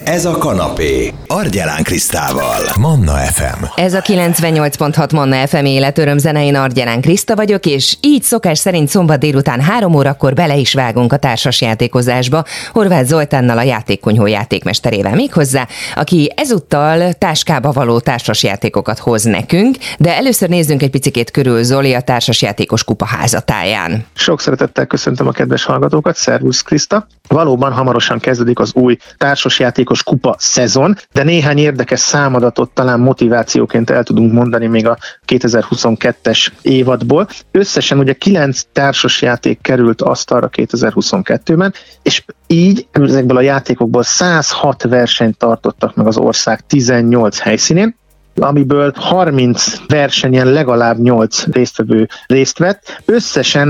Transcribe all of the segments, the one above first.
Ez a kanapé. Argyelán Krisztával. Manna FM. Ez a 98.6 Manna FM életörömzene, én Argyelán Kriszta vagyok, és így szokás szerint szombat délután 3 órakor bele is vágunk a társasjátékozásba Horváth Zoltánnal, a Játékkonyhó játékmesterével méghozzá, aki ezúttal táskába való társasjátékokat hoz nekünk, de először nézzünk egy picikét körül Zoli a társasjátékos kupa házatáján. Sok szeretettel köszöntöm a kedves hallgatókat, szervusz Kriszta! Valóban hamarosan kezdődik az új társasjátékos kupa szezon, de néhány érdekes számadatot talán motivációként el tudunk mondani még a 2022-es évadból. Összesen ugye 9 társasjáték került asztalra 2022-ben, és így ezekből a játékokból 106 versenyt tartottak meg az ország 18 helyszínén, amiből 30 versenyen legalább 8 résztvevő részt vett. Összesen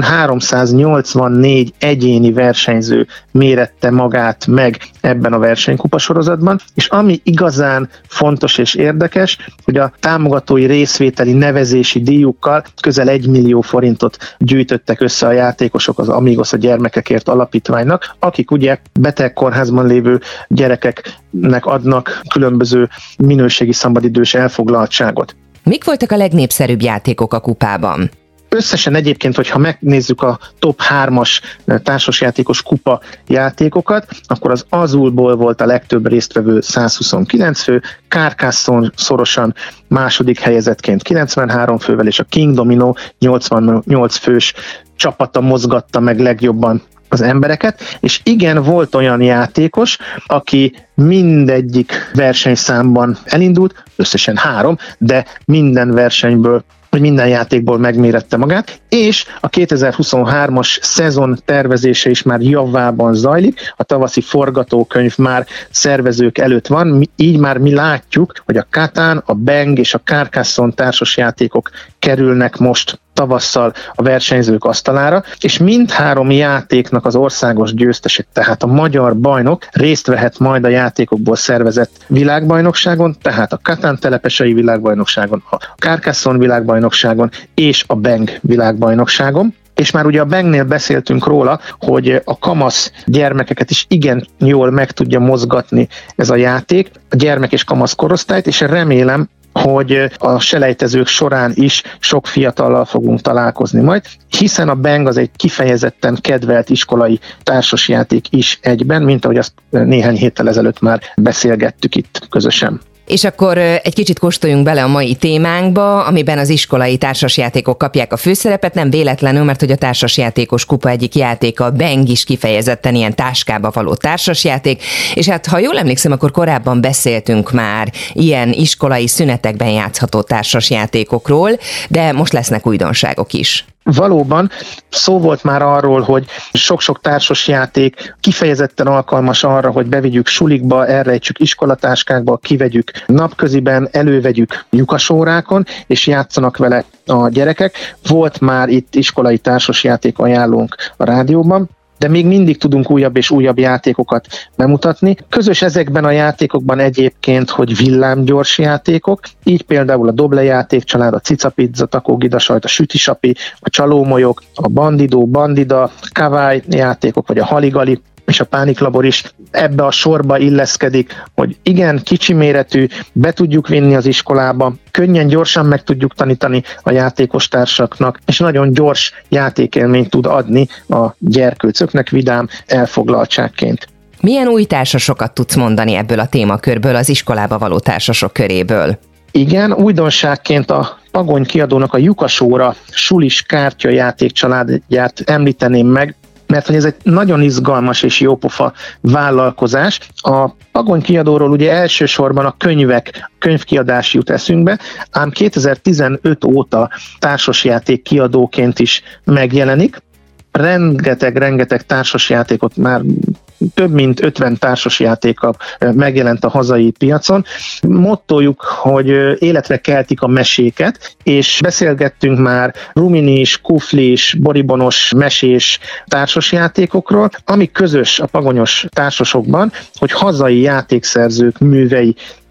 384 egyéni versenyző mérette magát meg ebben a versenykupa sorozatban, és ami igazán fontos és érdekes, hogy a támogatói részvételi nevezési díjukkal közel 1 millió forintot gyűjtöttek össze a játékosok az Amigos a gyermekekért alapítványnak, akik ugye betegkórházban lévő gyerekeknek adnak különböző minőségi szabadidős elfoglaltságot. Mik voltak a legnépszerűbb játékok a kupában? Összesen egyébként, hogyha megnézzük a top 3-as társasjátékos kupa játékokat, akkor az Azulból volt a legtöbb résztvevő 129 fő, Carcassonne szorosan második helyezettként 93 fővel, és a King Domino 88 fős csapata mozgatta meg legjobban az embereket, és igen, volt olyan játékos, aki mindegyik versenyszámban elindult, összesen 3, de minden versenyből, vagy minden játékból megmérette magát, és a 2023-as szezon tervezése is már javában zajlik, a tavaszi forgatókönyv már szervezők előtt van, így már mi látjuk, hogy a Catán, a Bang és a Carcassonne társasjátékok kerülnek most tavasszal a versenyzők asztalára, és mindhárom játéknak az országos győztese, tehát a magyar bajnok részt vehet majd a játékokból szervezett világbajnokságon, tehát a Catán telepesei világbajnokságon, a Carcassonne világbajnokságon és a Bang világbajnokságon. És már ugye a Bangnél beszéltünk róla, hogy a kamasz gyermekeket is igen jól meg tudja mozgatni ez a játék, a gyermek és kamasz korosztályt, és remélem, hogy a selejtezők során is sok fiatallal fogunk találkozni majd, hiszen a Bang az egy kifejezetten kedvelt iskolai társasjáték is egyben, mint ahogy azt néhány héttel ezelőtt már beszélgettük itt közösen. És akkor egy kicsit kóstoljunk bele a mai témánkba, amiben az iskolai társasjátékok kapják a főszerepet, nem véletlenül, mert hogy a társasjátékos kupa egyik játéka, a Bang is kifejezetten ilyen táskába való társasjáték, és hát ha jól emlékszem, akkor korábban beszéltünk már ilyen iskolai szünetekben játszható társasjátékokról, de most lesznek újdonságok is. Valóban szó volt már arról, hogy sok-sok társasjáték kifejezetten alkalmas arra, hogy bevigyük sulikba, elrejtsük iskolatáskákba, kivegyük napköziben, elővegyük lyukasórákon, és játszanak vele a gyerekek. Volt már itt iskolai társasjáték ajánlónk a rádióban, de még mindig tudunk újabb és újabb játékokat bemutatni. Közös ezekben a játékokban egyébként, hogy villámgyors játékok, így például a Doble játékcsalád, a Cica Pizza, Takó Gidasajt, a Sütisapi, a Csalómolyok, a Bandidó, Bandida, Kavály játékok, vagy a Haligali, és a Pániklabor is ebbe a sorba illeszkedik, hogy igen, kicsi méretű, be tudjuk vinni az iskolába, könnyen, gyorsan meg tudjuk tanítani a játékostársaknak, és nagyon gyors játékélményt tud adni a gyerkőcöknek vidám elfoglaltságként. Milyen új társasokat tudsz mondani ebből a témakörből, az iskolába való társasok köréből? Igen, újdonságként a Pagony kiadónak a Lyukasóra sulis kártya játékcsaládját említeném meg, mert hogy ez egy nagyon izgalmas és jópofa vállalkozás. A Pagony kiadóról ugye elsősorban a könyvkiadás jut eszünkbe, ám 2015 óta társasjáték kiadóként is megjelenik. Rengeteg társasjátékot, már több mint 50 társasjátéka megjelent a hazai piacon. Mottójuk, hogy életre keltik a meséket, és beszélgettünk már ruminis, kuflis, boribonos, mesés társasjátékokról, ami közös a pagonyos társasokban, hogy hazai játékszerzők művei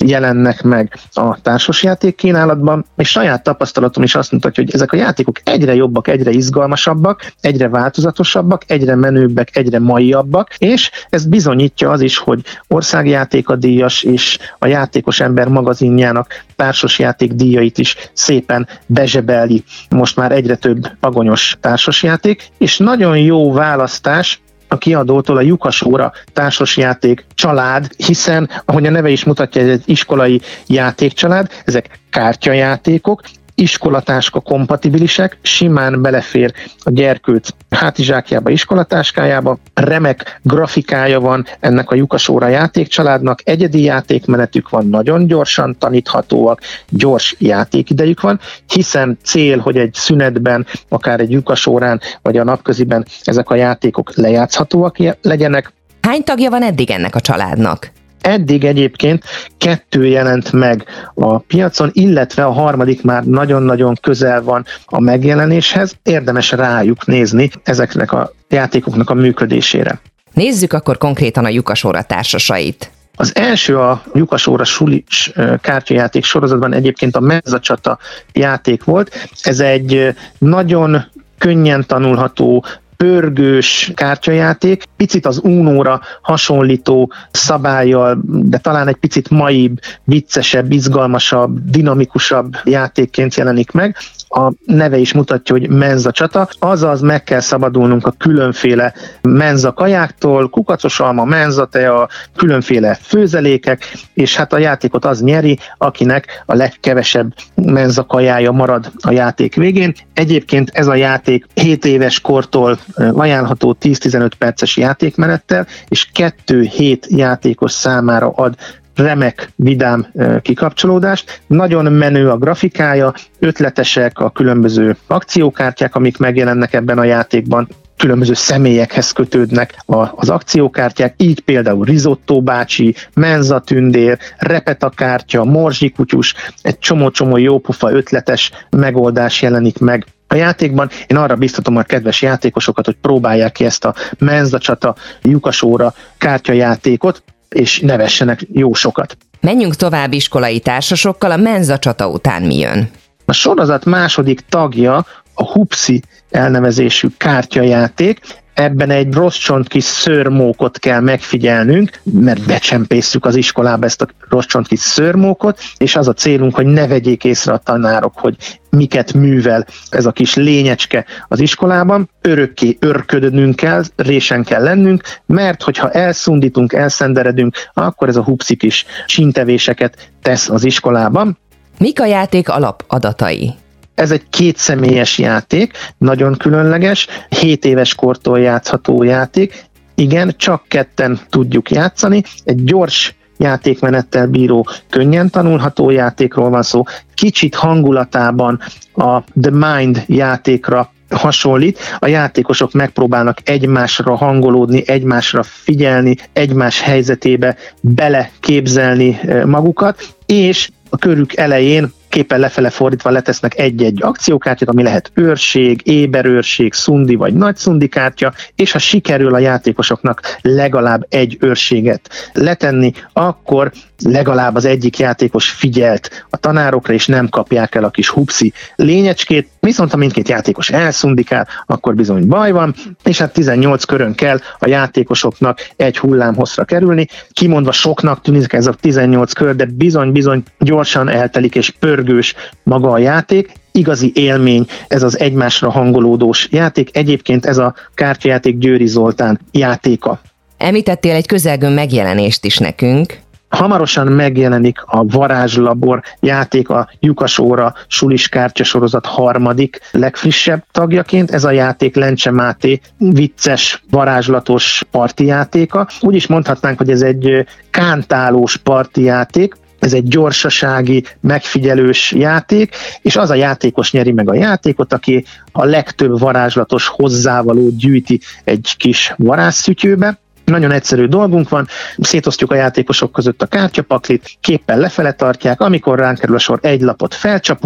jelennek meg a társasjáték kínálatban, és saját tapasztalatom is azt mutatja, hogy ezek a játékok egyre jobbak, egyre izgalmasabbak, egyre változatosabbak, egyre menőbbek, egyre maiabbak, és ezt bizonyítja az is, hogy országjátékadíjas és a Játékos Ember magazinjának társasjáték díjait is szépen bezsebeli most már egyre több agonyos társasjáték, és nagyon jó választás a kiadótól a Lyukas Óra társasjáték család, hiszen, ahogy a neve is mutatja, ez egy iskolai játékcsalád, ezek kártyajátékok, iskolatáska kompatibilisek, simán belefér a gyerkőc hátizsákjába, iskolatáskájába, remek grafikája van ennek a Lyukas Óra játékcsaládnak, egyedi játékmenetük van, nagyon gyorsan taníthatóak, gyors játékidejük van, hiszen cél, hogy egy szünetben, akár egy Lyukas Órán, vagy a napköziben ezek a játékok lejátszhatóak legyenek. Hány tagja van eddig ennek a családnak? Eddig egyébként 2 jelent meg a piacon, illetve a harmadik már nagyon-nagyon közel van a megjelenéshez. Érdemes rájuk nézni ezeknek a játékoknak a működésére. Nézzük akkor konkrétan a Lyukas Óra társasait. Az első a Lyukas Óra sulis kártyajáték sorozatban egyébként a Menzacsata játék volt. Ez egy nagyon könnyen tanulható, pörgős kártyajáték, picit az Unóra hasonlító szabállyal, de talán egy picit maibb, viccesebb, izgalmasabb, dinamikusabb játékként jelenik meg. A neve is mutatja, hogy menzacsata, azaz meg kell szabadulnunk a különféle menzakajáktól, kukacos alma, menzatea, különféle főzelékek, és hát a játékot az nyeri, akinek a legkevesebb menzakajája marad a játék végén. Egyébként ez a játék 7 éves kortól ajánlható 10-15 perces játékmenettel, és 2-7 játékos számára ad remek, vidám kikapcsolódást. Nagyon menő a grafikája, ötletesek a különböző akciókártyák, amik megjelennek ebben a játékban, különböző személyekhez kötődnek az akciókártyák, így például Risotto bácsi, Menza tündér, Repeta kártya, Morzsi kutyus, egy csomó-csomó jópofa ötletes megoldás jelenik meg a játékban. Én arra biztatom a kedves játékosokat, hogy próbálják ki ezt a Menzacsata Lyukas Óra kártyajátékot, és ne vessenek jó sokat. Menjünk tovább iskolai társasokkal, a Menzacsata után mi jön? A sorozat második tagja a Hupsi elnevezésű kártyajáték. Ebben egy rossz csont kis szőrmókot kell megfigyelnünk, mert becsempészük az iskolába ezt a rossz csont kis szőrmókot, és az a célunk, hogy ne vegyék észre a tanárok, hogy miket művel ez a kis lényecske az iskolában. Örökké örködnünk kell, résen kell lennünk, mert hogyha elszundítunk, elszenderedünk, akkor ez a Hupsi kis csíntevéseket tesz az iskolában. Mik a játék alapadatai? Ez egy 2 személyes játék, nagyon különleges, 7 éves kortól játszható játék. Igen, csak 2-en tudjuk játszani. Egy gyors játékmenettel bíró, könnyen tanulható játékról van szó. Kicsit hangulatában a The Mind játékra hasonlít. A játékosok megpróbálnak egymásra hangolódni, egymásra figyelni, egymás helyzetébe beleképzelni magukat, és a körük elején képen lefele fordítva letesznek egy-egy akciókártyát, ami lehet őrség, éberőrség, szundi vagy nagy szundi kártya, és ha sikerül a játékosoknak legalább egy őrséget letenni, akkor legalább az egyik játékos figyelt a tanárokra, és nem kapják el a kis Hupsi lényecskét, viszont ha mindkét játékos elszundikál, akkor bizony baj van, és hát 18 körön kell a játékosoknak egy hullámhosszra kerülni. Kimondva soknak tűnik ez a 18 kör, de bizony gyorsan eltelik, és pörgős maga a játék. Igazi élmény ez az egymásra hangolódós játék. Egyébként ez a kártyajáték Győri Zoltán játéka. Említettél egy közelgő megjelenést is nekünk. Hamarosan megjelenik a Varázslabor játék, a Lyukas Óra sulis kártyasorozat harmadik legfrissebb tagjaként. Ez a játék Lencse Máté vicces, varázslatos partijátéka. Úgy is mondhatnánk, hogy ez egy kántálós partijáték. Ez egy gyorsasági, megfigyelős játék, és az a játékos nyeri meg a játékot, aki a legtöbb varázslatos hozzávalót gyűjti egy kis varázsszütyőbe. Nagyon egyszerű dolgunk van, szétosztjuk a játékosok között a kártyapaklit, képpen lefele tartják, amikor ránk kerül a sor, egy lapot felcsapunk, és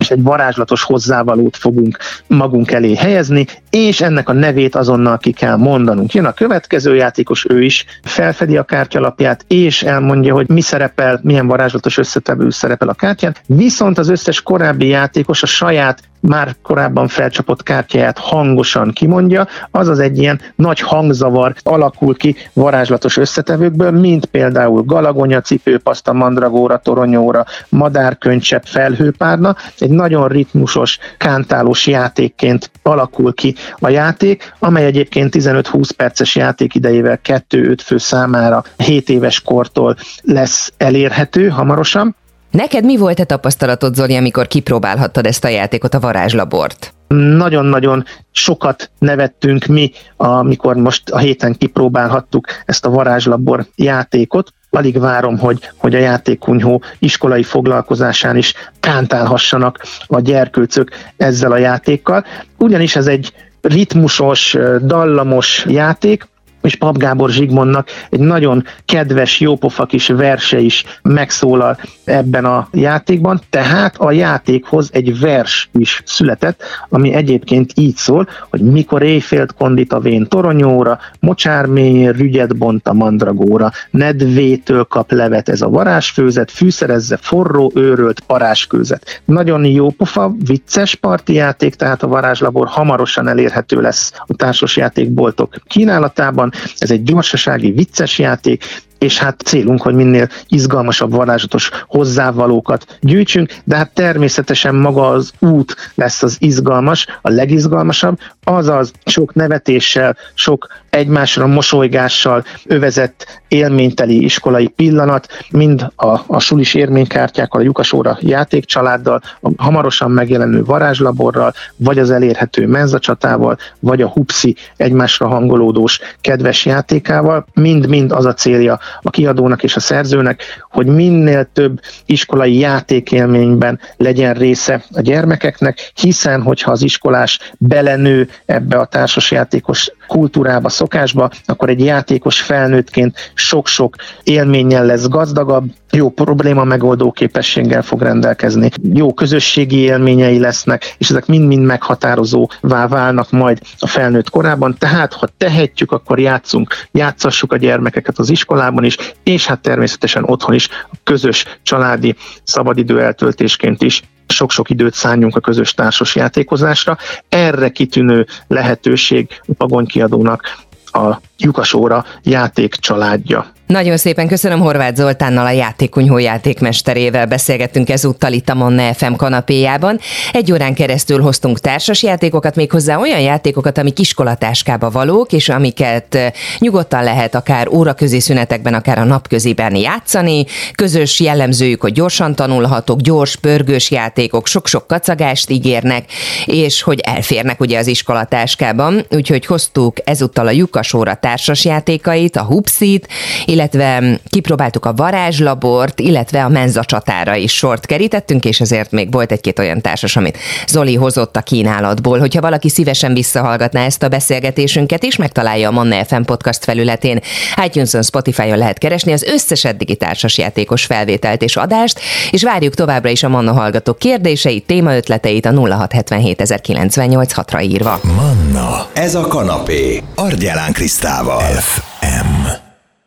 és egy varázslatos hozzávalót fogunk magunk elé helyezni, és ennek a nevét azonnal ki kell mondanunk. Jön a következő játékos, ő is felfedi a kártyalapját, és elmondja, hogy mi szerepel, milyen varázslatos összetevő szerepel a kártyán, viszont az összes korábbi játékos a saját már korábban felcsapott kártyáját hangosan kimondja, azaz egy ilyen nagy hangzavar alakul ki varázslatos összetevőkből, mint például galagonya, cipőpaszta, mandragóra, toronyóra, madárkönycsepp, felhőpárna. Egy nagyon ritmusos, kántálós játékként alakul ki a játék, amely egyébként 15-20 perces játékidejével 2-5 fő számára 7 éves kortól lesz elérhető hamarosan. Neked mi volt a tapasztalatod, Zoli, amikor kipróbálhattad ezt a játékot, a varázslabort? Nagyon-nagyon sokat nevettünk mi, amikor most a héten kipróbálhattuk ezt a varázslabor játékot. Alig várom, hogy a játékkunyhó iskolai foglalkozásán is kántálhassanak a gyerkőcök ezzel a játékkal. Ugyanis ez egy ritmusos, dallamos játék, és Pap Gábor Zsigmondnak egy nagyon kedves, jópofa kis verse is megszólal ebben a játékban, tehát a játékhoz egy vers is született, ami egyébként így szól, hogy mikor éjfélt kondít a vén toronyóra, mocsár mélyén rügyet bont a mandragóra, nedvétől kap levet ez a varázsfőzet, fűszerezze forró őrölt parázskőzet. Nagyon jópofa, vicces parti játék, tehát a varázslabor hamarosan elérhető lesz a társasjátékboltok kínálatában. Ez egy gyorsasági, vicces játék, és hát célunk, hogy minél izgalmasabb, varázslatos hozzávalókat gyűjtsünk, de hát természetesen maga az út lesz az izgalmas, a legizgalmasabb, azaz sok nevetéssel, sok egymásra mosolygással övezett élményteli iskolai pillanat, mind a sulis érménykártyákkal, a lyukasóra játékcsaláddal, a hamarosan megjelenő varázslaborral, vagy az elérhető menzacsatával, vagy a hupsi egymásra hangolódós kedves játékával, mind-mind az a célja a kiadónak és a szerzőnek, hogy minél több iskolai játékélményben legyen része a gyermekeknek, hiszen hogyha az iskolás belenő ebbe a társasjátékos kultúrába, szokásba, akkor egy játékos felnőttként sok-sok élménnyel lesz gazdagabb, jó probléma megoldó képességgel fog rendelkezni, jó közösségi élményei lesznek, és ezek mind-mind meghatározóvá válnak majd a felnőtt korában. Tehát, ha tehetjük, akkor játszassuk a gyermekeket az iskolában is, és hát természetesen otthon is a közös családi szabadidő eltöltésként is sok-sok időt szánjunk a közös társas játékozásra. Erre kitűnő lehetőség a Pagony kiadónak a Lyukasóra játék családja. Nagyon szépen köszönöm, Horváth Zoltánnal, a játékkunyhó játékmesterével beszélgettünk ezúttal itt a Manna FM kanapéjában. 1 órán keresztül hoztunk társas játékokat, méghozzá olyan játékokat, amik iskolatáskába valók, és amiket nyugodtan lehet akár óraközi szünetekben, akár a napköziben játszani. Közös jellemzőjük, hogy gyorsan tanulhatók, gyors, pörgős játékok, sok-sok kacagást ígérnek, és hogy elférnek ugye az iskolatáskában. Úgyhogy hoztuk ezúttal a Lyukasóra társas játékait, a hupsit, illetve kipróbáltuk a varázslabort, illetve a menzacsatára is sort kerítettünk, és ezért még volt 1-2 olyan társas, amit Zoli hozott a kínálatból. Hogyha valaki szívesen visszahallgatná ezt a beszélgetésünket is, megtalálja a Manna FM podcast felületén. iTunes-on, Spotify-on lehet keresni az összes eddigi társasjátékos felvételt és adást, és várjuk továbbra is a Manna hallgatók kérdéseit, témaötleteit a 0677 098 6-ra írva. Manna, ez a kanapé, Argyelán Krisztával.